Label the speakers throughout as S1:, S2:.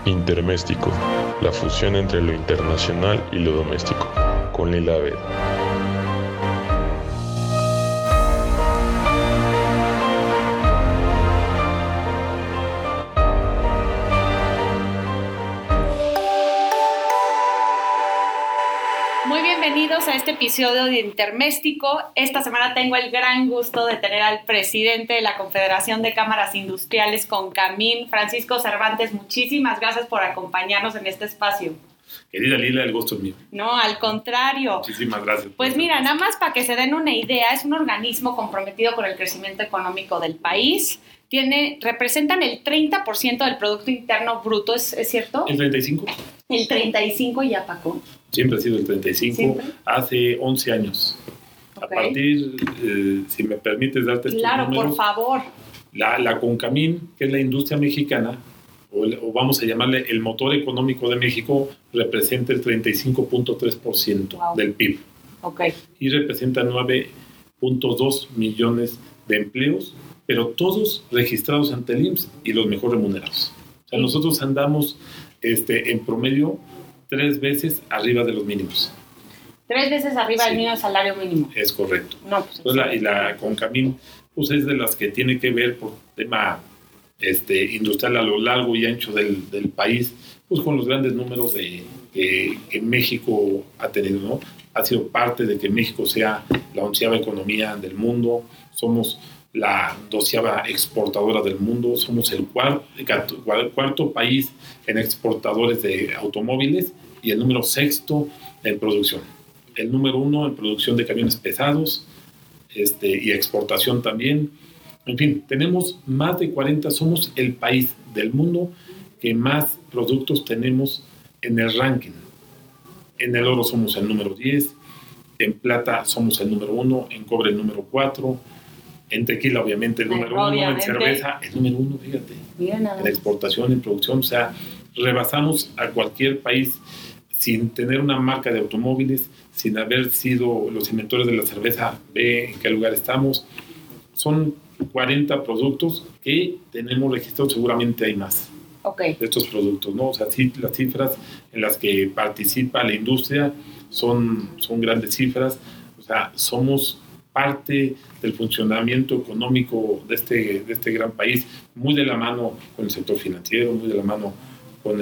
S1: Interméstico, la fusión entre lo internacional y lo doméstico, con Lila Abed.
S2: Muy bienvenidos a este episodio de Interméstico. Esta semana tengo el gran gusto de tener al presidente de la Confederación de Cámaras Industriales CONCAMIN, Francisco Cervantes. Muchísimas gracias por acompañarnos en este espacio.
S3: Querida Lila, el gusto es mío.
S2: No, al contrario.
S3: Muchísimas gracias.
S2: Pues mira, nada más para que se den una idea, es un organismo comprometido con el crecimiento económico del país. Representan el 30% del Producto Interno Bruto, ¿es cierto?
S3: ¿El 35?
S2: El 35 ya, Paco.
S3: Siempre ha sido el 35,
S2: ¿Siempre?
S3: Hace 11 años. Okay. A partir, si me permites darte estos
S2: números. Claro, por favor.
S3: La CONCAMIN, que es la industria mexicana, o vamos a llamarle el motor económico de México, representa el 35.3% del PIB.
S2: Okay.
S3: Y representa 9.2 millones de empleos, pero todos registrados ante el IMSS y los mejor remunerados. O sea, nosotros andamos en promedio 3 veces arriba de los mínimos.
S2: 3 veces arriba del mínimo salario mínimo.
S3: Es correcto.
S2: No, pues
S3: entonces, la CONCAMIN pues es de las que tiene que ver por tema industrial a lo largo y ancho del país, pues con los grandes números que México ha tenido, ¿no? Ha sido parte de que México sea la 11ª economía del mundo, somos la 12ª exportadora del mundo, somos el cuarto país en exportadores de automóviles y el número 6º en producción. El número 1 en producción de camiones pesados y exportación también. En fin, tenemos más de 40, somos el país del mundo que más productos tenemos en el ranking. En el oro somos el número 10, en plata somos el número 1, en cobre el número 4, en tequila obviamente el número 1, en cerveza el número 1, fíjate.
S2: Bien,
S3: en exportación, en producción, o sea, rebasamos a cualquier país sin tener una marca de automóviles, sin haber sido los inventores de la cerveza, ve en qué lugar estamos. Son 40 productos que tenemos registrados, seguramente hay más de estos productos, ¿no? O sea, sí, las cifras en las que participa la industria son grandes cifras, o sea, somos parte del funcionamiento económico de este gran país, muy de la mano con el sector financiero, muy de la mano con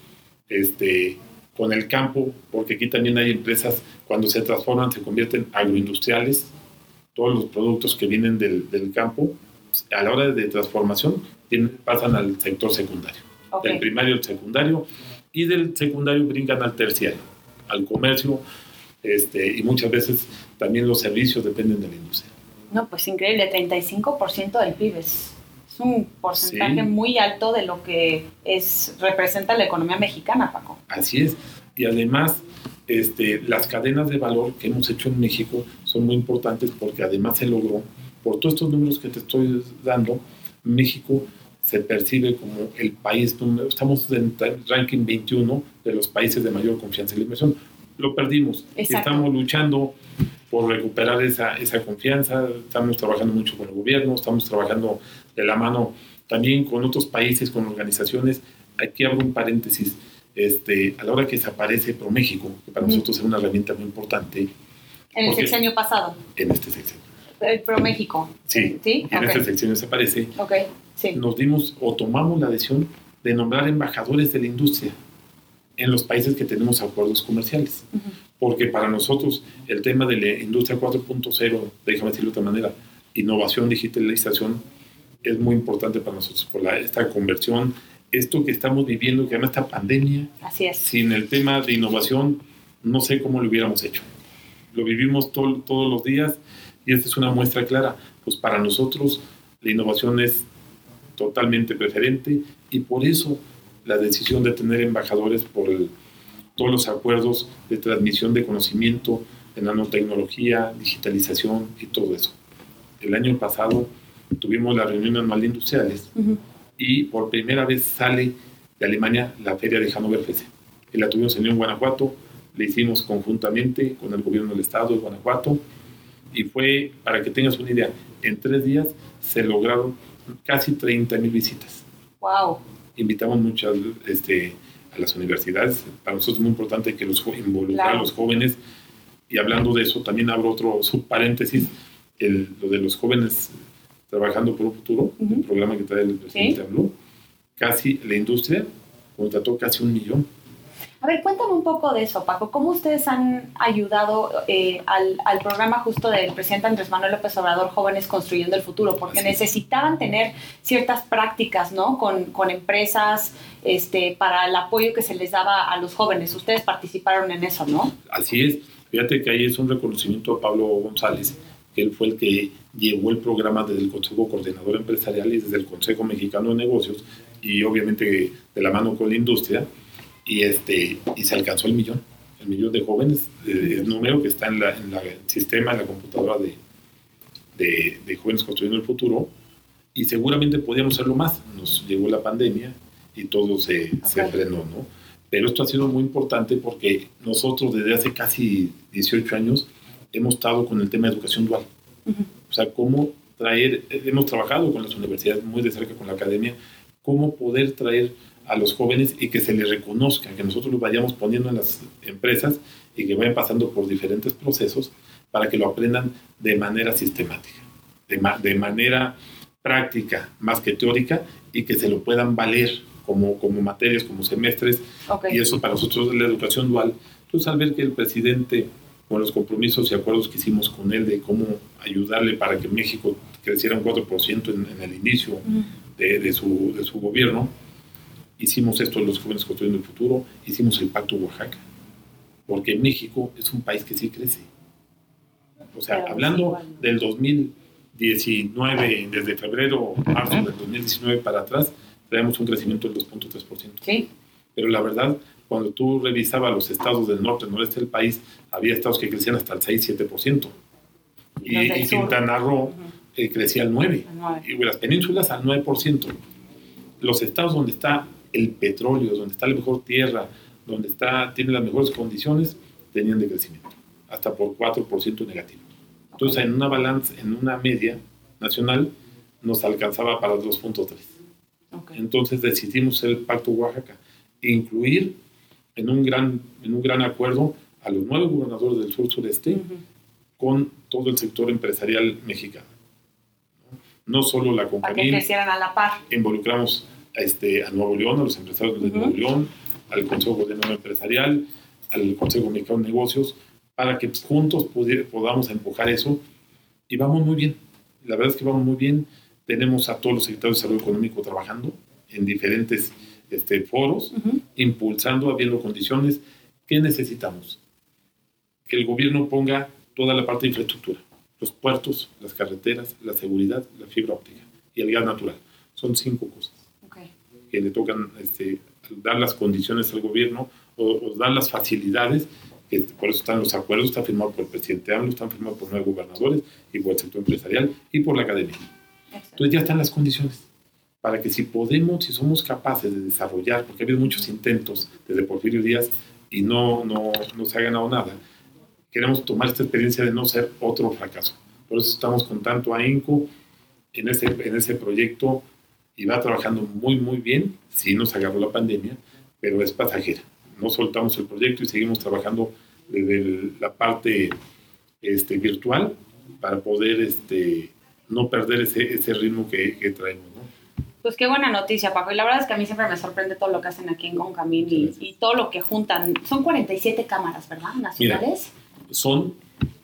S3: el campo, porque aquí también hay empresas, cuando se transforman, se convierten agroindustriales. Todos los productos que vienen del campo, a la hora de transformación, pasan al sector secundario. Del primario al secundario, y del secundario brincan al terciario, al comercio, y muchas veces también los servicios dependen de la industria.
S2: No, pues increíble, 35% del PIB es un porcentaje muy alto de lo que representa la economía mexicana, Paco.
S3: Así es, y además las cadenas de valor que hemos hecho en México son muy importantes porque además se logró, por todos estos números que te estoy dando, México se percibe como el país número, estamos en el ranking 21 de los países de mayor confianza en la inversión. Lo perdimos.
S2: Exacto.
S3: Estamos luchando por recuperar esa confianza, estamos trabajando mucho con el gobierno, estamos trabajando de la mano también con otros países, con organizaciones. Aquí abro un paréntesis, a la hora que desaparece ProMéxico, que para nosotros es una herramienta muy importante.
S2: ¿En el sexenio pasado?
S3: En este sexenio.
S2: ¿El ProMéxico?
S3: Sí,
S2: ¿Sí?
S3: En este sexenio desaparece.
S2: Sí.
S3: Nos dimos o tomamos la decisión de nombrar embajadores de la industria en los países que tenemos acuerdos comerciales. Uh-huh. Porque para nosotros el tema de la industria 4.0, déjame decirlo de otra manera, innovación, digitalización, es muy importante para nosotros por esta conversión, esto que estamos viviendo, que además esta pandemia.
S2: Así es.
S3: Sin el tema de innovación, no sé cómo lo hubiéramos hecho. Lo vivimos todos los días y esta es una muestra clara. Pues para nosotros la innovación es totalmente preferente y por eso la decisión de tener embajadores por todos los acuerdos de transmisión de conocimiento, de nanotecnología, digitalización y todo eso. El año pasado tuvimos la reunión anual de industriales. Uh-huh. Y por primera vez sale de Alemania la feria de Hannover Messe. Y la tuvimos en Guanajuato, la hicimos conjuntamente con el gobierno del estado de Guanajuato y fue, para que tengas una idea, en 3 días se lograron casi 30,000 visitas.
S2: ¡Wow!
S3: invitamos muchas a las universidades. Para nosotros es muy importante que involucrar a los jóvenes. Y hablando de eso, también abro otro subparéntesis, lo de los jóvenes trabajando por un futuro, el programa que trae el presidente habló. Casi la industria contrató casi 1 millón.
S2: A ver, cuéntame un poco de eso, Paco. ¿Cómo ustedes han ayudado al programa justo del presidente Andrés Manuel López Obrador, Jóvenes Construyendo el Futuro? Porque necesitaban tener ciertas prácticas, ¿no? Con empresas para el apoyo que se les daba a los jóvenes. Ustedes participaron en eso, ¿no?
S3: Así es. Fíjate que ahí es un reconocimiento a Pablo González, que él fue el que llevó el programa desde el Consejo Coordinador Empresarial y desde el Consejo Mexicano de Negocios, y obviamente de la mano con la industria, y se alcanzó el millón de jóvenes, el número que está en el sistema, en la computadora de Jóvenes Construyendo el Futuro, y seguramente podíamos hacerlo más. Nos llegó la pandemia y todo se frenó, ¿no? Pero esto ha sido muy importante porque nosotros desde hace casi 18 años hemos estado con el tema de educación dual. O sea, hemos trabajado con las universidades muy de cerca, con la academia, cómo poder traer a los jóvenes y que se les reconozca, que nosotros los vayamos poniendo en las empresas y que vayan pasando por diferentes procesos para que lo aprendan de manera sistemática, de manera práctica, más que teórica, y que se lo puedan valer como materias, como semestres. Y eso para nosotros es la educación dual. Entonces, al ver que el presidente, con los compromisos y acuerdos que hicimos con él de cómo ayudarle para que México creciera un 4% en el inicio de su gobierno, hicimos esto en los Jóvenes Construyendo el Futuro, hicimos el Pacto Oaxaca, porque México es un país que sí crece. O sea, hablando del 2019, desde febrero, marzo del 2019 para atrás, traemos un crecimiento del 2.3%.
S2: Sí.
S3: Pero la verdad, cuando tú revisabas los estados del norte, noreste del país, había estados que crecían hasta el 6-7%. Y Quintana Roo crecía al 9%. Y las penínsulas al 9%. Los estados donde está el petróleo, donde está la mejor tierra, donde tiene las mejores condiciones, tenían de crecimiento, hasta por 4% negativo. Entonces, en una balanza, en una media nacional, nos alcanzaba para 2.3%. Entonces decidimos el Pacto Oaxaca, incluir en un gran acuerdo a los 9 gobernadores del sur-sureste con todo el sector empresarial mexicano. No solo la compañía.
S2: Para que crecieran a la par.
S3: Involucramos a Nuevo León, a los empresarios de Nuevo León, al Consejo Coordinador Empresarial, al Consejo Mexicano de Negocios, para que juntos podamos empujar eso. Y vamos muy bien. La verdad es que vamos muy bien. Tenemos a todos los secretarios de Salud Económico trabajando en diferentes foros, impulsando, viendo condiciones. ¿Qué necesitamos? Que el gobierno ponga toda la parte de infraestructura, los puertos, las carreteras, la seguridad, la fibra óptica y el gas natural. Son 5 cosas que le tocan dar las condiciones al gobierno o dar las facilidades. Por eso están los acuerdos, está firmado por el presidente AMLO, están firmados por 9 gobernadores y por el sector empresarial y por la academia. Entonces ya están las condiciones para que si somos capaces de desarrollar, porque ha habido muchos intentos desde Porfirio Díaz y no se ha ganado nada, queremos tomar esta experiencia de no ser otro fracaso. Por eso estamos con tanto ahínco en ese proyecto y va trabajando muy, muy bien. Sí nos agarró la pandemia, pero es pasajera. No soltamos el proyecto y seguimos trabajando desde la parte virtual para poder no perder ese ritmo que traemos, ¿no?
S2: Pues qué buena noticia, Paco. Y la verdad es que a mí siempre me sorprende todo lo que hacen aquí en Concamín y todo lo que juntan. Son 47 cámaras, ¿verdad? Nacionales.
S3: Mira, son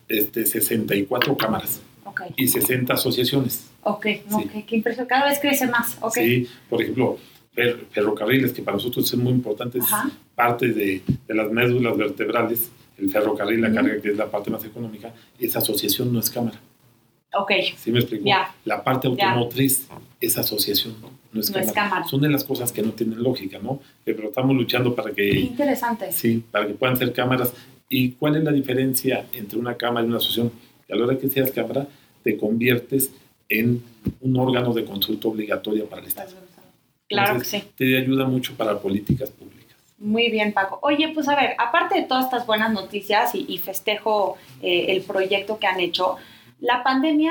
S3: 64 cámaras y 60 asociaciones.
S2: Qué impresión. Cada vez crece más.
S3: Sí, por ejemplo, ferrocarriles, que para nosotros es muy importante, es parte de las médulas vertebrales. El ferrocarril, la carga, que es la parte más económica, esa asociación no es cámara. ¿Sí me explico? La parte automotriz, esa asociación no es cámara. Son de las cosas que no tienen lógica, ¿no? Pero estamos luchando para que...
S2: Qué interesante.
S3: Sí, para que puedan ser cámaras. ¿Y cuál es la diferencia entre una cámara y una asociación? Que a la hora que seas cámara, te conviertes en un órgano de consulta obligatoria para el Estado.
S2: Claro.
S3: Entonces, que sí. Te ayuda mucho para políticas públicas.
S2: Muy bien, Paco. Oye, pues a ver, aparte de todas estas buenas noticias y festejo el proyecto que han hecho, la pandemia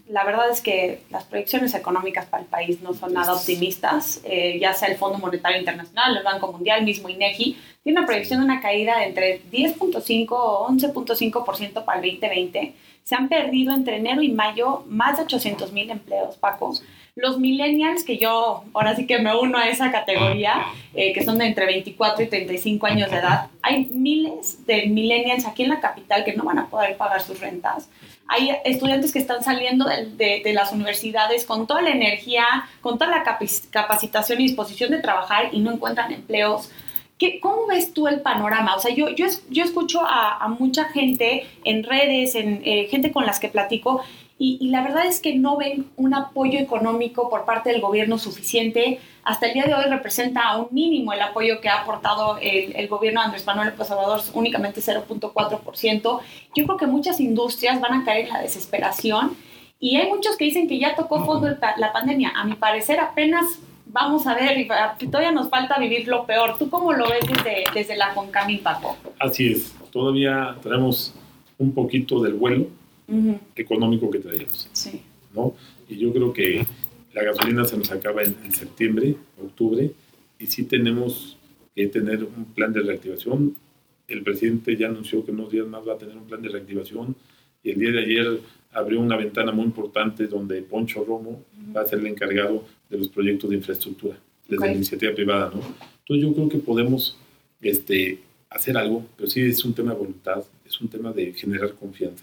S2: la verdad es que las proyecciones económicas para el país no son nada optimistas, ya sea el Fondo Monetario Internacional, el Banco Mundial, mismo INEGI, tiene una proyección de una caída de entre 10.5 o 11.5% para el 2020. Se han perdido entre enero y mayo más de 800,000 empleos, Paco. Los millennials, que yo ahora sí que me uno a esa categoría, que son de entre 24 y 35 años de edad, hay miles de millennials aquí en la capital que no van a poder pagar sus rentas. Hay estudiantes que están saliendo de las universidades con toda la energía, con toda la capacitación y disposición de trabajar y no encuentran empleos. ¿Cómo ves tú el panorama? O sea, yo escucho a mucha gente en redes, gente con las que platico, y la verdad es que no ven un apoyo económico por parte del gobierno suficiente. Hasta el día de hoy representa a un mínimo el apoyo que ha aportado el gobierno de Andrés Manuel López Obrador, únicamente 0.4%. Yo creo que muchas industrias van a caer en la desesperación y hay muchos que dicen que ya tocó fondo la pandemia. A mi parecer apenas vamos a ver, y todavía nos falta vivir lo peor. ¿Tú cómo lo ves desde la CONCAMIN, Paco?
S3: Así es, todavía tenemos un poquito del vuelo económico que traíamos,
S2: sí,
S3: ¿no? Y yo creo que la gasolina se nos acaba en septiembre, octubre, y sí tenemos que tener un plan de reactivación. El presidente ya anunció que en unos días más va a tener un plan de reactivación, y el día de ayer abrió una ventana muy importante donde Poncho Romo va a ser el encargado de los proyectos de infraestructura desde la iniciativa privada, ¿no? Entonces yo creo que podemos hacer algo, pero sí es un tema de voluntad, es un tema de generar confianza.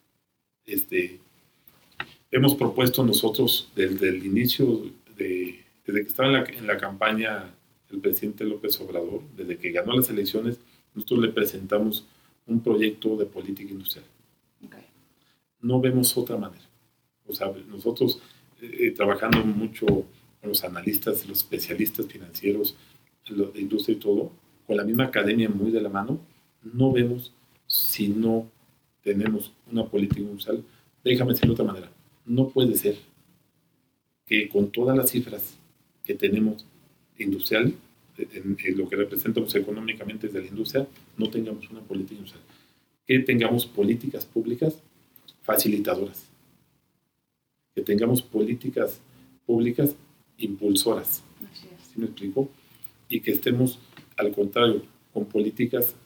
S3: Hemos propuesto nosotros desde el inicio, desde que estaba en la campaña el presidente López Obrador, desde que ganó las elecciones, nosotros le presentamos un proyecto de política industrial. Okay. No vemos otra manera. O sea, nosotros trabajando mucho con los analistas, los especialistas financieros, de industria y todo, con la misma academia muy de la mano, no vemos si no tenemos una política industrial. Déjame decirlo de otra manera. No puede ser que con todas las cifras que tenemos industrial, en lo que representamos económicamente desde la industria, no tengamos una política industrial. Que tengamos políticas públicas facilitadoras. Que tengamos políticas públicas impulsoras. ¿Sí me explico? Y que estemos, al contrario, con políticas,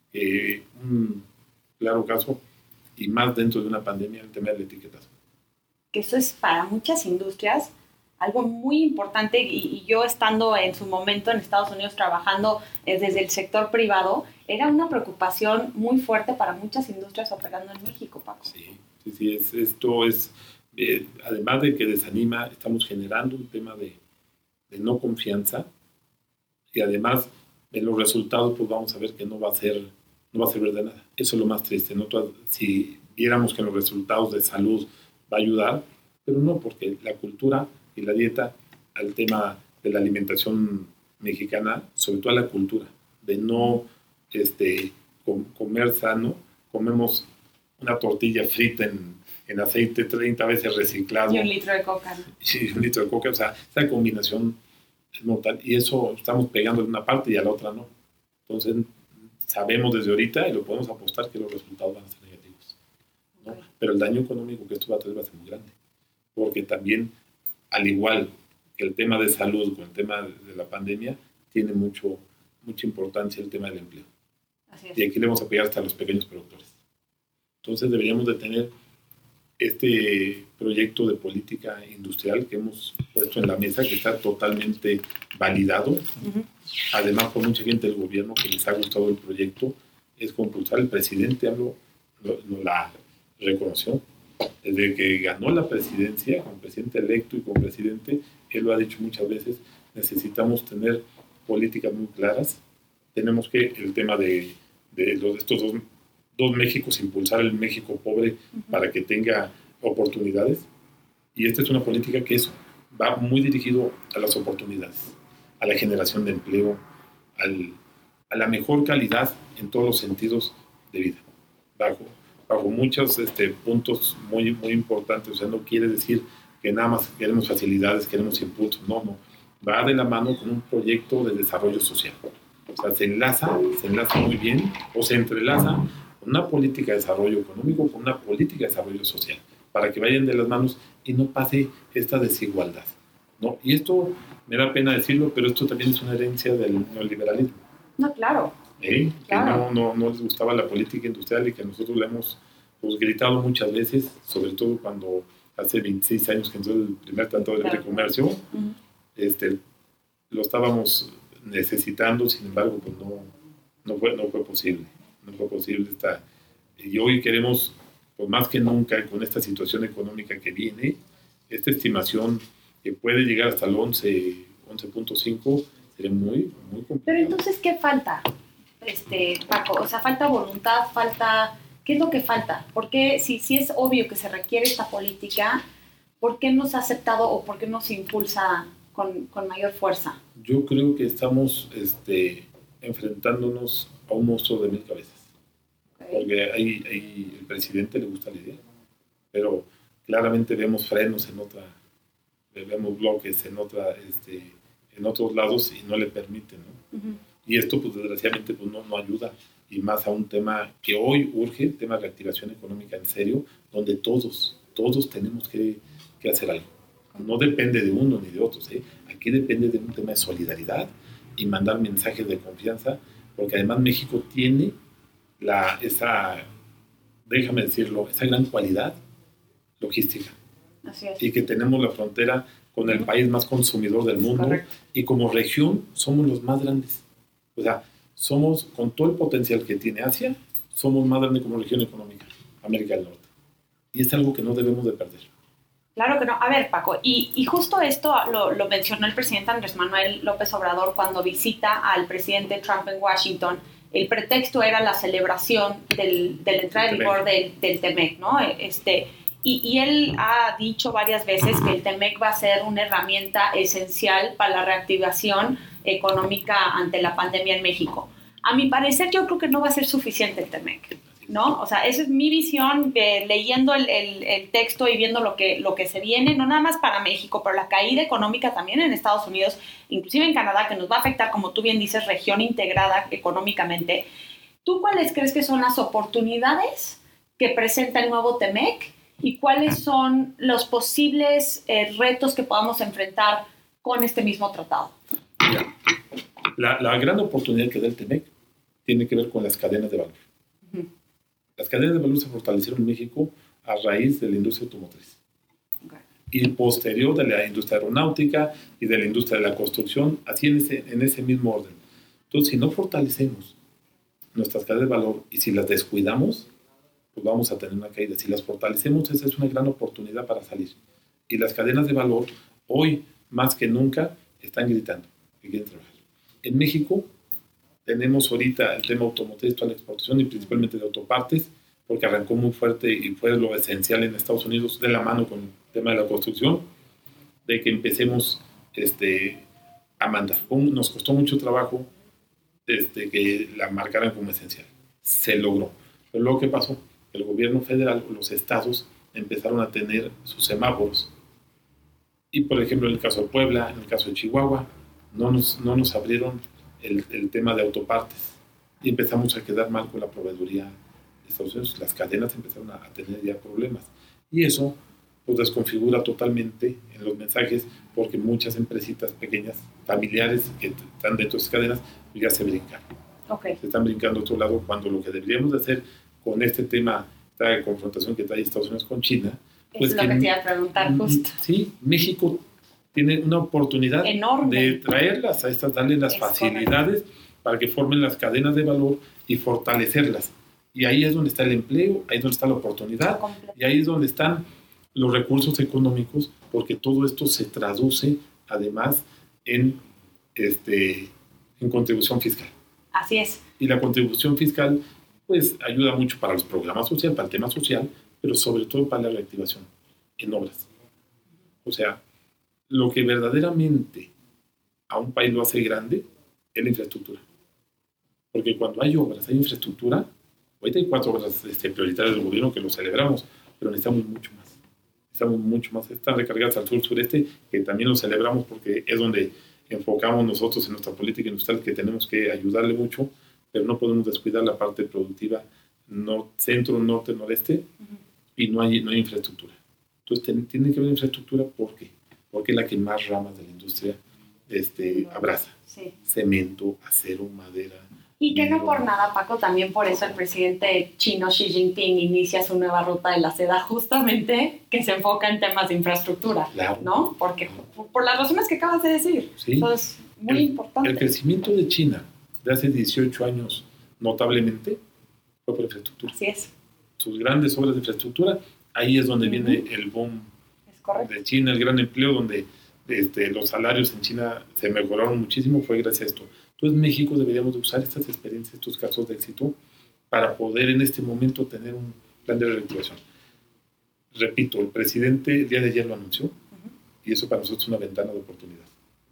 S3: un claro caso, y más dentro de una pandemia, el tema del etiquetazo.
S2: Que eso es para muchas industrias algo muy importante, y yo estando en su momento en Estados Unidos trabajando desde el sector privado, era una preocupación muy fuerte para muchas industrias operando en México, Paco.
S3: Sí, esto es, además de que desanima, estamos generando un tema de no confianza, y además en los resultados pues vamos a ver que no va a servir de nada. Eso es lo más triste, ¿no? Si viéramos que los resultados de salud va a ayudar, pero no, porque la cultura y la dieta, al tema de la alimentación mexicana, sobre todo la cultura, de no comer sano, comemos una tortilla frita en aceite 30 veces reciclado.
S2: Y un litro de coca.
S3: Sí, un litro de coca, o sea, esa combinación es mortal, y eso estamos pegando de una parte y a la otra no. Entonces, sabemos desde ahorita y lo podemos apostar que los resultados van a ser negativos, ¿no? Okay. Pero el daño económico que esto va a tener va a ser muy grande, porque también, al igual que el tema de salud con el tema de la pandemia, tiene mucha importancia el tema del empleo.
S2: Así es.
S3: Y aquí le vamos a apoyar hasta a los pequeños productores. Entonces deberíamos de tener este proyecto de política industrial que hemos puesto en la mesa, que está totalmente validado. Además, por mucha gente del gobierno que les ha gustado el proyecto, es compulsar. El presidente no la reconoció. Desde que ganó la presidencia, con presidente electo y con presidente, él lo ha dicho muchas veces, necesitamos tener políticas muy claras. Tenemos que, el tema de estos dos Méxicos, impulsar el México pobre para que tenga oportunidades. Y esta es una política que va muy dirigido a las oportunidades, a la generación de empleo, a la mejor calidad en todos los sentidos de vida, bajo muchos puntos muy, muy importantes. O sea, no quiere decir que nada más queremos facilidades, queremos impulsos. No. Va de la mano con un proyecto de desarrollo social. O sea, se enlaza muy bien, o se entrelaza con una política de desarrollo económico, con una política de desarrollo social, para que vayan de las manos y no pase esta desigualdad, ¿no? Y esto, me da pena decirlo, pero esto también es una herencia del neoliberalismo.
S2: No, claro.
S3: Claro. Que no les gustaba la política industrial y que nosotros le hemos gritado muchas veces, sobre todo cuando hace 26 años que entró el primer Tratado de Libre Comercio, lo estábamos necesitando, sin embargo, pues no fue posible. No fue posible y hoy queremos, pues más que nunca, con esta situación económica que viene, esta estimación que puede llegar hasta el 11.5, sería muy, muy complicado.
S2: Pero entonces, ¿qué falta, Paco? O sea, falta voluntad, ¿qué es lo que falta? ¿Por qué, si es obvio que se requiere esta política, por qué no se ha aceptado o por qué no se impulsa con mayor fuerza?
S3: Yo creo que estamos enfrentándonos a un monstruo de 1000 cabezas. Okay. Porque el presidente le gusta la idea, pero claramente vemos frenos vemos bloques en otros lados y no le permiten, ¿no? Uh-huh. Y esto, pues desgraciadamente, pues, no ayuda, y más a un tema que hoy urge, el tema de reactivación económica en serio, donde todos tenemos que hacer algo. No depende de uno ni de otros, ¿eh? Aquí depende de un tema de solidaridad y mandar mensajes de confianza, porque además México tiene esa gran cualidad logística.
S2: Así es.
S3: Y que tenemos la frontera con el país más consumidor del mundo.
S2: Correcto.
S3: Y como región somos los más grandes. O sea, somos, con todo el potencial que tiene Asia, somos más grandes como región económica, América del Norte. Y es algo que no debemos de perder.
S2: Claro que no. A ver, Paco, y justo esto lo mencionó el presidente Andrés Manuel López Obrador cuando visita al presidente Trump en Washington. El pretexto era la celebración de la entrada en vigor del TEMEC, ¿no? Y él ha dicho varias veces que el TEMEC va a ser una herramienta esencial para la reactivación económica ante la pandemia en México. A mi parecer, yo creo que no va a ser suficiente el TEMEC, ¿no? O sea, esa es mi visión, leyendo el texto y viendo lo que se viene, no nada más para México, pero la caída económica también en Estados Unidos, inclusive en Canadá, que nos va a afectar, como tú bien dices, región integrada económicamente. ¿Tú cuáles crees que son las oportunidades que presenta el nuevo TEMEC y cuáles son los posibles retos que podamos enfrentar con este mismo tratado?
S3: Mira, la gran oportunidad que da el TEMEC tiene que ver con las cadenas de valor. Uh-huh. Las cadenas de valor se fortalecieron en México a raíz de la industria automotriz. Okay. Y posterior de la industria aeronáutica y de la industria de la construcción, así en ese mismo orden. Entonces, si no fortalecemos nuestras cadenas de valor y si las descuidamos, pues vamos a tener una caída. Si las fortalecemos, esa es una gran oportunidad para salir. Y las cadenas de valor, hoy más que nunca, están gritando que quieren trabajar. En México tenemos ahorita el tema automotriz, toda la exportación y principalmente de autopartes, porque arrancó muy fuerte y fue lo esencial en Estados Unidos, de la mano con el tema de la construcción, de que empecemos a mandar. Nos costó mucho trabajo que la marcaran como esencial. Se logró. Pero luego, ¿qué pasó? El gobierno federal, los estados, empezaron a tener sus semáforos. Y, por ejemplo, en el caso de Puebla, en el caso de Chihuahua, no nos abrieron el tema de autopartes. Y empezamos a quedar mal con la proveeduría de Estados Unidos. Las cadenas empezaron a tener ya problemas. Y eso pues desconfigura totalmente en los mensajes, porque muchas empresitas pequeñas, familiares, que están dentro de esas cadenas, ya se brincan.
S2: Okay.
S3: Se están brincando a otro lado, cuando lo que deberíamos de hacer con este tema, esta confrontación que trae Estados Unidos con China, pues
S2: es lo que te iba a preguntar justo.
S3: Sí, México tiene una oportunidad
S2: enorme
S3: de traerlas a estas, darles las facilidades para que formen las cadenas de valor y fortalecerlas. Y ahí es donde está el empleo, ahí es donde está la oportunidad, y ahí es donde están los recursos económicos, porque todo esto se traduce además en contribución fiscal.
S2: Así es.
S3: Y la contribución fiscal pues ayuda mucho para los programas sociales, para el tema social, pero sobre todo para la reactivación en obras. O sea, lo que verdaderamente a un país lo hace grande es la infraestructura. Porque cuando hay obras, hay infraestructura, ahorita hay 4 obras prioritarias del gobierno que lo celebramos, pero necesitamos mucho más. Necesitamos mucho más. Están recargadas al sur-sureste, que también lo celebramos porque es donde enfocamos nosotros en nuestra política industrial, que tenemos que ayudarle mucho, pero no podemos descuidar la parte productiva centro, norte, noreste, y no hay infraestructura. Entonces tiene que haber infraestructura. ¿Por qué? Porque es la que más ramas de la industria abraza.
S2: Sí.
S3: Cemento, acero, madera.
S2: Y que no por nada, Paco, también por eso el presidente chino Xi Jinping inicia su nueva ruta de la seda, justamente que se enfoca en temas de infraestructura,
S3: claro.
S2: ¿no? Porque por las razones que acabas de decir.
S3: Sí.
S2: Eso es muy importante.
S3: El crecimiento de China de hace 18 años, notablemente, fue por infraestructura.
S2: Así es.
S3: Sus grandes obras de infraestructura, ahí es donde viene el boom de China, el gran empleo, donde los salarios en China se mejoraron muchísimo, fue gracias a esto. Entonces México deberíamos de usar estas experiencias, estos casos de éxito, para poder en este momento tener un plan de reactivación. Repito, el presidente el día de ayer lo anunció, y eso para nosotros es una ventana de oportunidad.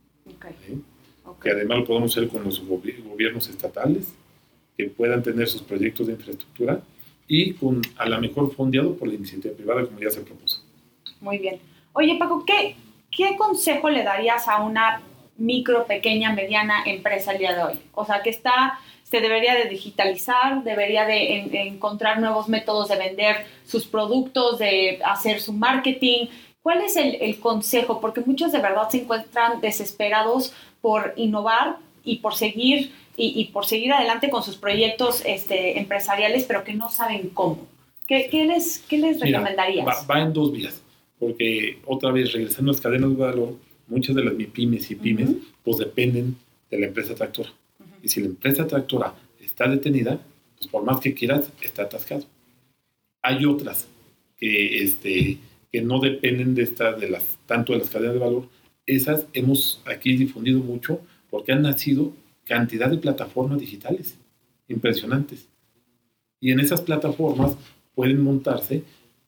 S3: Que además lo podemos hacer con los gobiernos estatales, que puedan tener sus proyectos de infraestructura, y a la mejor fondeado por la iniciativa privada, como ya se propuso.
S2: Muy bien. Oye, Paco, ¿qué consejo le darías a una micro, pequeña, mediana empresa el día de hoy? O sea, que se debería de digitalizar, debería de encontrar nuevos métodos de vender sus productos, de hacer su marketing. ¿Cuál es el consejo? Porque muchos de verdad se encuentran desesperados por innovar y por seguir adelante con sus proyectos empresariales, pero que no saben cómo. ¿Qué les recomendarías?
S3: Va en dos vías, porque otra vez, regresando a las cadenas de valor, muchas de las MIPYMES y pymes pues dependen de la empresa tractora. Y si la empresa tractora está detenida, pues por más que quieras, está atascado. Hay otras que no dependen tanto de las cadenas de valor. Esas hemos aquí difundido mucho porque han nacido cantidad de plataformas digitales impresionantes. Y en esas plataformas pueden montarse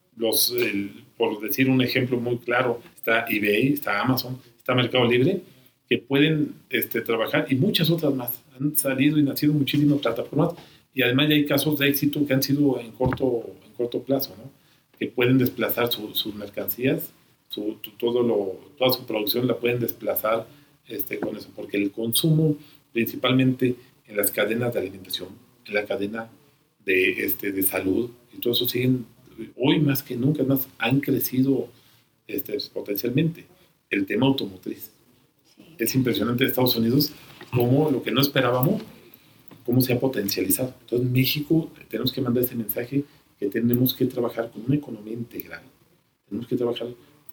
S3: por decir un ejemplo muy claro, está eBay, está Amazon, está Mercado Libre, que pueden trabajar, y muchas otras más. Han salido y nacido muchísimas plataformas, y además ya hay casos de éxito que han sido en corto plazo, ¿no? Que pueden desplazar sus mercancías, toda su producción la pueden desplazar con eso, porque el consumo, principalmente en las cadenas de alimentación, en la cadena de salud, y todo eso siguen, hoy más que nunca más, han crecido potencialmente. El tema automotriz. Sí. Es impresionante de Estados Unidos cómo lo que no esperábamos, cómo se ha potencializado. Entonces, México, tenemos que mandar ese mensaje que tenemos que trabajar con una economía integral. Tenemos que trabajar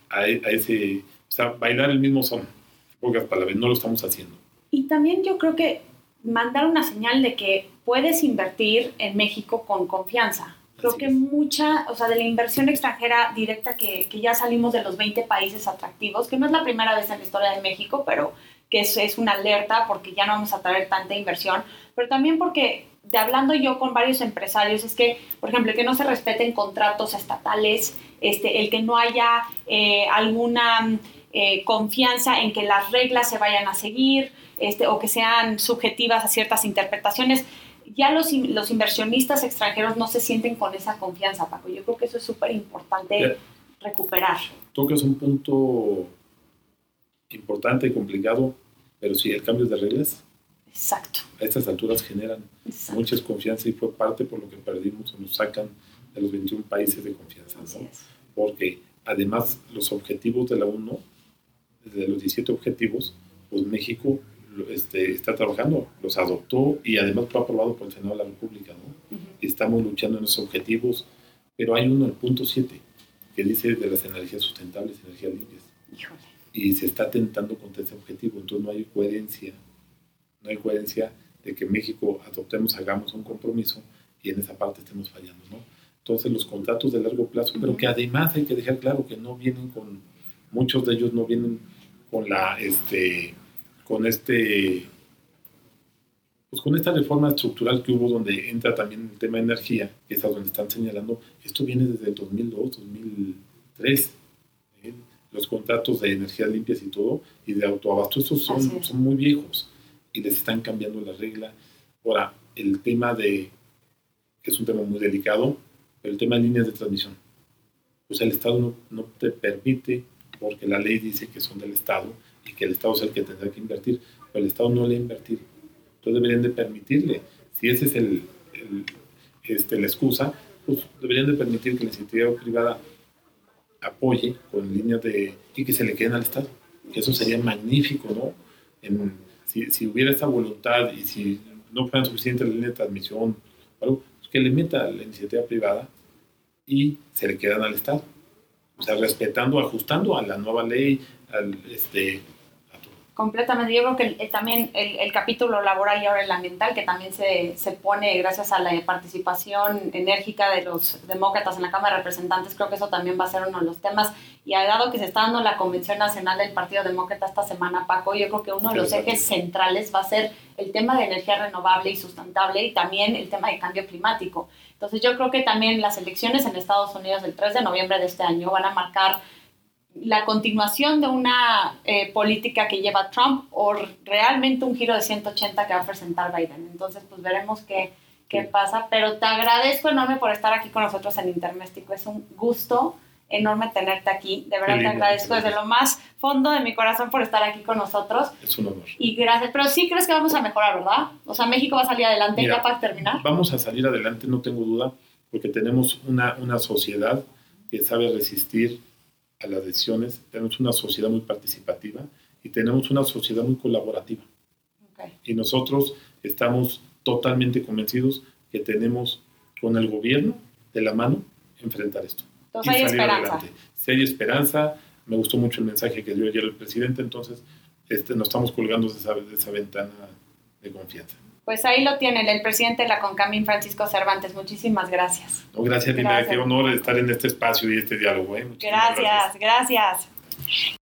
S3: bailar el mismo son. En pocas palabras, no lo estamos haciendo.
S2: Y también yo creo que mandar una señal de que puedes invertir en México con confianza. Creo que de la inversión extranjera directa que ya salimos de los 20 países atractivos, que no es la primera vez en la historia de México, pero que es una alerta porque ya no vamos a traer tanta inversión, pero también porque, hablando yo con varios empresarios, es que, por ejemplo, que no se respeten contratos estatales, el que no haya alguna confianza en que las reglas se vayan a seguir, o que sean subjetivas a ciertas interpretaciones. Ya los inversionistas extranjeros no se sienten con esa confianza, Paco. Yo creo que eso es súper importante recuperar.
S3: Tocas un punto importante y complicado, pero sí, el cambio de reglas.
S2: Exacto.
S3: A estas alturas generan mucha desconfianza, y fue parte por lo que perdimos o nos sacan de los 21 países de confianza, ¿no? Porque además los objetivos de la ONU, de los 17 objetivos, pues México está trabajando, los adoptó, y además fue aprobado por el Senado de la República, ¿no? Estamos luchando en esos objetivos, pero hay uno, el punto 7, que dice de las energías sustentables, energías limpias.
S2: Híjole.
S3: Y se está atentando contra ese objetivo, entonces no hay coherencia de que México adoptemos, hagamos un compromiso y en esa parte estemos fallando, ¿no? Entonces los contratos de largo plazo, pero que además hay que dejar claro que no vienen muchos de ellos no vienen con con esta reforma estructural que hubo, donde entra también el tema de energía, que es a donde están señalando, esto viene desde el 2002, 2003, los contratos de energías limpias y todo, y de autoabasto, estos son muy viejos, y les están cambiando la regla. Ahora, el tema que es un tema muy delicado, pero el tema de líneas de transmisión, pues el Estado no te permite, porque la ley dice que son del Estado, y que el Estado es el que tendrá que invertir, pero el Estado no le va a invertir. Entonces deberían de permitirle, si esa es la excusa, pues deberían de permitir que la iniciativa privada apoye con líneas y que se le queden al Estado. Eso sería magnífico, ¿no? Si hubiera esa voluntad y si no fueran suficientes las líneas de transmisión, algo, pues que le meta la iniciativa privada y se le quedan al Estado. O sea, respetando, ajustando a la nueva ley, a todo.
S2: Completamente. Yo creo que también el capítulo laboral y ahora el ambiental, que también se pone gracias a la participación enérgica de los demócratas en la Cámara de Representantes, creo que eso también va a ser uno de los temas. Y dado que se está dando la Convención Nacional del Partido Demócrata esta semana, Paco, yo creo que uno de los ejes centrales va a ser el tema de energía renovable y sustentable y también el tema de cambio climático. Entonces yo creo que también las elecciones en Estados Unidos del 3 de noviembre de este año van a marcar la continuación de una política que lleva Trump o realmente un giro de 180 que va a presentar Biden. Entonces, pues veremos qué pasa. Pero te agradezco enorme por estar aquí con nosotros en Interméstico. Es un gusto enorme tenerte aquí. De verdad te agradezco desde lo más fondo de mi corazón por estar aquí con nosotros.
S3: Es un honor.
S2: Y gracias. Pero sí crees que vamos a mejorar, ¿verdad? O sea, México va a salir adelante.
S3: Mira,
S2: ya para terminar.
S3: Vamos a salir adelante, no tengo duda, porque tenemos una sociedad que sabe resistir a las decisiones, tenemos una sociedad muy participativa y tenemos una sociedad muy colaborativa.
S2: Okay.
S3: Y nosotros estamos totalmente convencidos que tenemos con el gobierno de la mano enfrentar esto.
S2: Entonces hay esperanza.
S3: Adelante. Sí hay esperanza. Me gustó mucho el mensaje que dio ayer el presidente, entonces nos estamos colgando de esa ventana de confianza.
S2: Pues ahí lo tienen, el presidente de la CONCAMIN, Francisco Cervantes. Muchísimas gracias.
S3: No, gracias, Dina. Qué honor estar en este espacio y este diálogo.
S2: Gracias.